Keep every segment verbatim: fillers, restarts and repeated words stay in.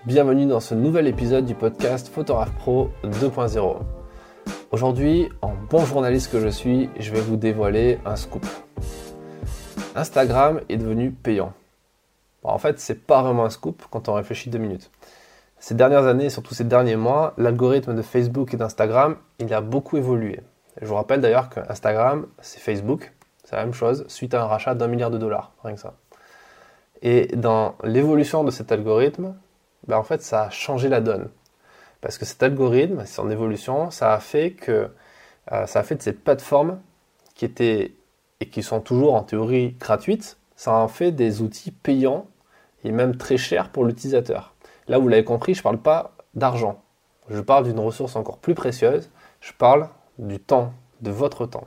Bienvenue dans ce nouvel épisode du podcast Photographe Pro deux point zéro. Aujourd'hui, en bon journaliste que je suis, je vais vous dévoiler un scoop. Instagram est devenu payant. Bon, en fait, c'est pas vraiment un scoop quand on réfléchit deux minutes. Ces dernières années, surtout ces derniers mois, l'algorithme de Facebook et d'Instagram, il a beaucoup évolué. Je vous rappelle d'ailleurs que Instagram, c'est Facebook, c'est la même chose, suite à un rachat d'un milliard de dollars, rien que ça. Et dans l'évolution de cet algorithme, ben en fait, ça a changé la donne. Parce que cet algorithme, son évolution, ça a fait que euh, ça a fait de cette plateforme qui étaient et qui sont toujours en théorie gratuites, ça en fait des outils payants et même très chers pour l'utilisateur. Là, vous l'avez compris, je ne parle pas d'argent. Je parle d'une ressource encore plus précieuse. Je parle du temps, de votre temps.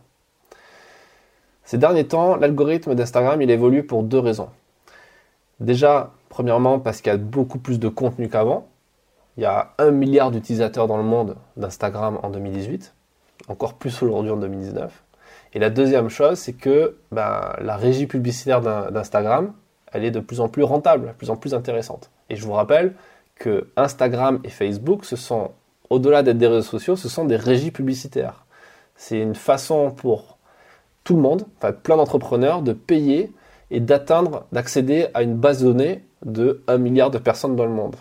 Ces derniers temps, l'algorithme d'Instagram, il évolue pour deux raisons. Déjà, premièrement, parce qu'il y a beaucoup plus de contenu qu'avant. Il y a un milliard d'utilisateurs dans le monde d'Instagram en deux mille dix-huit, encore plus aujourd'hui en deux mille dix-neuf. Et la deuxième chose, c'est que ben, la régie publicitaire d'Instagram, elle est de plus en plus rentable, de plus en plus intéressante. Et je vous rappelle que Instagram et Facebook, ce sont, au-delà d'être des réseaux sociaux, ce sont des régies publicitaires. C'est une façon pour tout le monde, enfin plein d'entrepreneurs, de payer et d'atteindre, d'accéder à une base de données de un milliard de personnes dans le monde.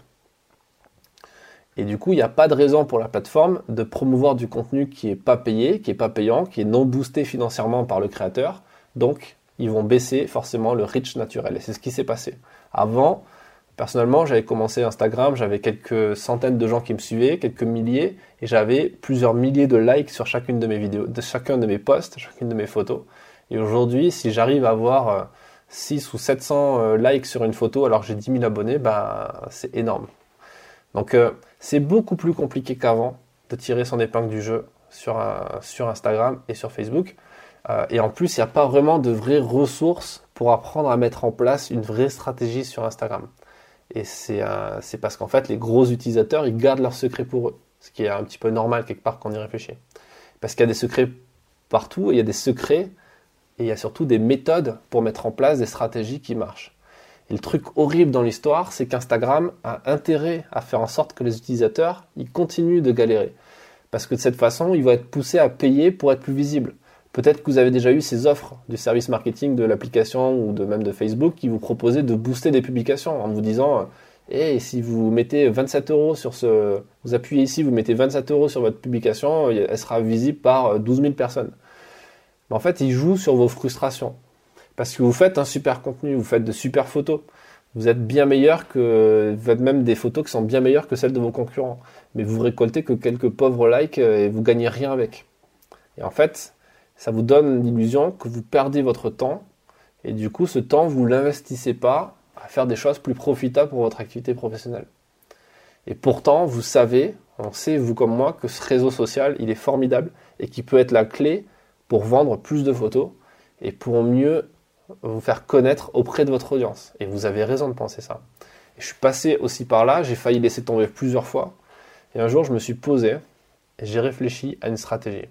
Et du coup, il n'y a pas de raison pour la plateforme de promouvoir du contenu qui n'est pas payé, qui n'est pas payant, qui est non boosté financièrement par le créateur. Donc, ils vont baisser forcément le reach naturel. Et c'est ce qui s'est passé. Avant, personnellement, j'avais commencé Instagram, j'avais quelques centaines de gens qui me suivaient, quelques milliers, et j'avais plusieurs milliers de likes sur chacune de mes vidéos, de chacun de mes posts, chacune de mes photos. Et aujourd'hui, si j'arrive à avoir six ou sept cents likes sur une photo alors que j'ai dix mille abonnés, bah, c'est énorme. Donc euh, c'est beaucoup plus compliqué qu'avant de tirer son épingle du jeu sur, un, sur Instagram et sur Facebook. Euh, et en plus, il n'y a pas vraiment de vraies ressources pour apprendre à mettre en place une vraie stratégie sur Instagram. Et c'est, euh, c'est parce qu'en fait, les gros utilisateurs, ils gardent leurs secrets pour eux. Ce qui est un petit peu normal quelque part quand on y réfléchit. Parce qu'il y a des secrets partout, et il y a des secrets et il y a surtout des méthodes pour mettre en place des stratégies qui marchent. Et le truc horrible dans l'histoire, c'est qu'Instagram a intérêt à faire en sorte que les utilisateurs ils continuent de galérer. Parce que de cette façon, ils vont être poussés à payer pour être plus visibles. Peut-être que vous avez déjà eu ces offres du service marketing de l'application ou de même de Facebook qui vous proposaient de booster des publications en vous disant hey, si vous mettez vingt-sept euros sur ce... Vous appuyez ici, vous mettez vingt-sept euros sur votre publication, elle sera visible par douze mille personnes. Mais en fait, ils jouent sur vos frustrations. Parce que vous faites un super contenu, vous faites de super photos. Vous êtes bien meilleur que... Vous faites même des photos qui sont bien meilleures que celles de vos concurrents. Mais vous récoltez que quelques pauvres likes et vous gagnez rien avec. Et en fait, ça vous donne l'illusion que vous perdez votre temps. Et du coup, ce temps, vous ne l'investissez pas à faire des choses plus profitables pour votre activité professionnelle. Et pourtant, vous savez, on sait, vous comme moi, que ce réseau social, il est formidable et qu'il peut être la clé pour vendre plus de photos et pour mieux vous faire connaître auprès de votre audience. Et vous avez raison de penser ça. Et je suis passé aussi par là, j'ai failli laisser tomber plusieurs fois. Et un jour, je me suis posé et j'ai réfléchi à une stratégie.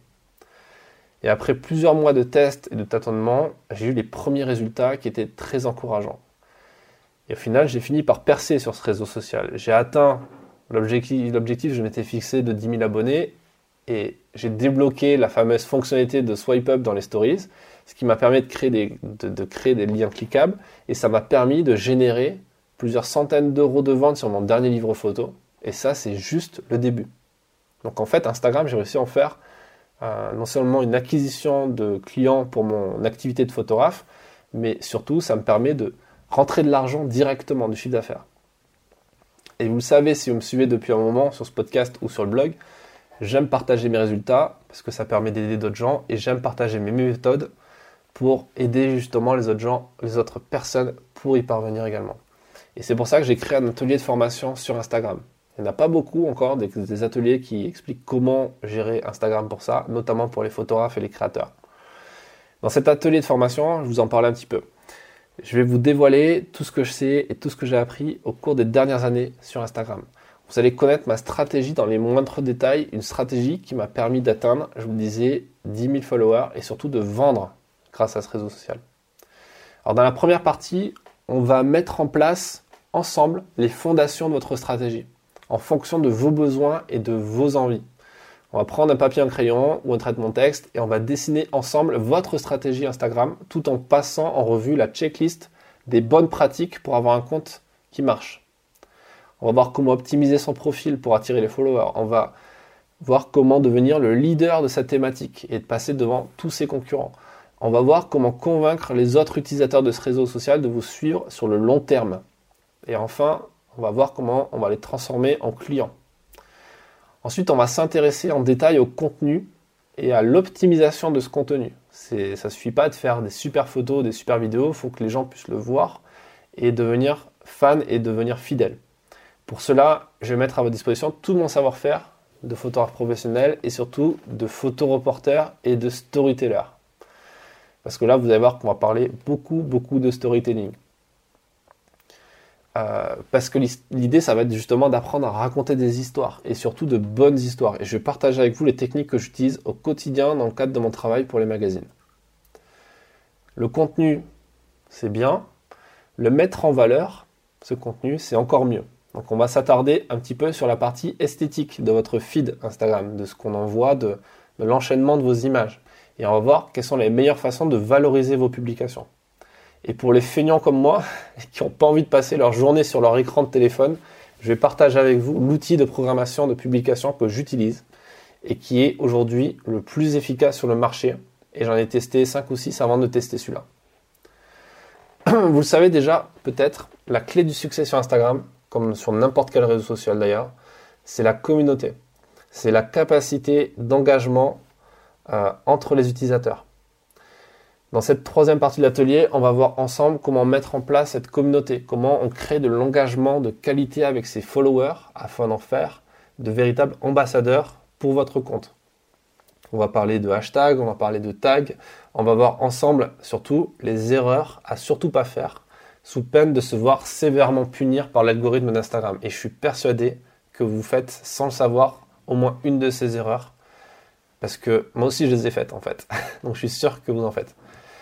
Et après plusieurs mois de tests et de tâtonnements, j'ai eu les premiers résultats qui étaient très encourageants. Et au final, j'ai fini par percer sur ce réseau social. J'ai atteint l'objectif, l'objectif que je m'étais fixé de dix mille abonnés et j'ai débloqué la fameuse fonctionnalité de swipe up dans les stories, ce qui m'a permis de créer des, de, de créer des liens cliquables et ça m'a permis de générer plusieurs centaines d'euros de ventes sur mon dernier livre photo. Et ça, c'est juste le début. Donc en fait, Instagram, j'ai réussi à en faire euh, non seulement une acquisition de clients pour mon activité de photographe, mais surtout, ça me permet de rentrer de l'argent directement du chiffre d'affaires. Et vous le savez, si vous me suivez depuis un moment sur ce podcast ou sur le blog, j'aime partager mes résultats parce que ça permet d'aider d'autres gens et j'aime partager mes méthodes pour aider justement les autres gens, les autres personnes pour y parvenir également. Et c'est pour ça que j'ai créé un atelier de formation sur Instagram. Il n'y en a pas beaucoup encore, des, des ateliers qui expliquent comment gérer Instagram pour ça, notamment pour les photographes et les créateurs. Dans cet atelier de formation, je vous en parlais un petit peu. Je vais vous dévoiler tout ce que je sais et tout ce que j'ai appris au cours des dernières années sur Instagram. Vous allez connaître ma stratégie dans les moindres détails, une stratégie qui m'a permis d'atteindre, je vous le disais, dix mille followers et surtout de vendre grâce à ce réseau social. Alors dans la première partie, on va mettre en place ensemble les fondations de votre stratégie, en fonction de vos besoins et de vos envies. On va prendre un papier, un crayon ou un traitement de texte et on va dessiner ensemble votre stratégie Instagram tout en passant en revue la checklist des bonnes pratiques pour avoir un compte qui marche. On va voir comment optimiser son profil pour attirer les followers. On va voir comment devenir le leader de sa thématique et de passer devant tous ses concurrents. On va voir comment convaincre les autres utilisateurs de ce réseau social de vous suivre sur le long terme. Et enfin, on va voir comment on va les transformer en clients. Ensuite, on va s'intéresser en détail au contenu et à l'optimisation de ce contenu. C'est, ça ne suffit pas de faire des super photos, des super vidéos, il faut que les gens puissent le voir et devenir fans et devenir fidèles. Pour cela, je vais mettre à votre disposition tout mon savoir-faire de photographe professionnel et surtout de photoreporter et de storyteller. Parce que là, vous allez voir qu'on va parler beaucoup, beaucoup de storytelling. Euh, parce que l'idée, ça va être justement d'apprendre à raconter des histoires et surtout de bonnes histoires. Et je vais partager avec vous les techniques que j'utilise au quotidien dans le cadre de mon travail pour les magazines. Le contenu, c'est bien. Le mettre en valeur, ce contenu, c'est encore mieux. Donc on va s'attarder un petit peu sur la partie esthétique de votre feed Instagram, de ce qu'on envoie, de, de l'enchaînement de vos images. Et on va voir quelles sont les meilleures façons de valoriser vos publications. Et pour les feignants comme moi, qui n'ont pas envie de passer leur journée sur leur écran de téléphone, je vais partager avec vous l'outil de programmation de publication que j'utilise et qui est aujourd'hui le plus efficace sur le marché. Et j'en ai testé cinq ou six avant de tester celui-là. Vous le savez déjà, peut-être, la clé du succès sur Instagram, comme sur n'importe quel réseau social d'ailleurs, c'est la communauté. C'est la capacité d'engagement euh, entre les utilisateurs. Dans cette troisième partie de l'atelier, on va voir ensemble comment mettre en place cette communauté, comment on crée de l'engagement de qualité avec ses followers afin d'en faire de véritables ambassadeurs pour votre compte. On va parler de hashtags, on va parler de tags, on va voir ensemble surtout les erreurs à surtout pas faire sous peine de se voir sévèrement punir par l'algorithme d'Instagram. Et je suis persuadé que vous faites sans le savoir au moins une de ces erreurs parce que moi aussi je les ai faites en fait. Donc je suis sûr que vous en faites.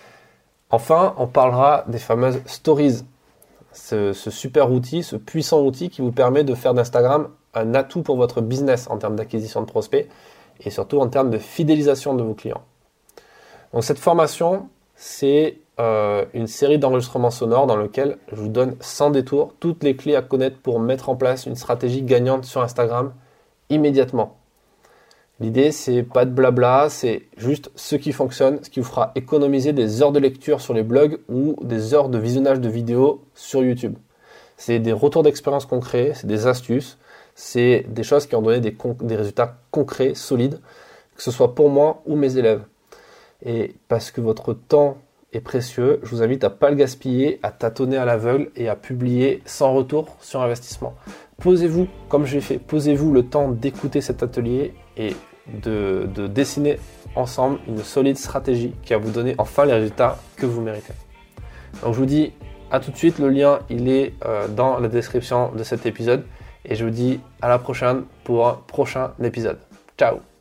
Enfin, on parlera des fameuses stories, ce, ce super outil, ce puissant outil qui vous permet de faire d'Instagram un atout pour votre business en termes d'acquisition de prospects et surtout en termes de fidélisation de vos clients. Donc cette formation, c'est euh, une série d'enregistrements sonores dans lequel je vous donne sans détour toutes les clés à connaître pour mettre en place une stratégie gagnante sur Instagram immédiatement. L'idée, c'est pas de blabla, c'est juste ce qui fonctionne, ce qui vous fera économiser des heures de lecture sur les blogs ou des heures de visionnage de vidéos sur YouTube. C'est des retours d'expérience concrets, c'est des astuces, c'est des choses qui ont donné des, con- des résultats concrets, solides, que ce soit pour moi ou mes élèves. Et parce que votre temps est précieux, je vous invite à ne pas le gaspiller, à tâtonner à l'aveugle et à publier sans retour sur investissement. Posez-vous, comme j'ai fait, posez-vous le temps d'écouter cet atelier et de, de dessiner ensemble une solide stratégie qui va vous donner enfin les résultats que vous méritez. Donc je vous dis à tout de suite, le lien il est euh, dans la description de cet épisode et je vous dis à la prochaine pour un prochain épisode. Ciao!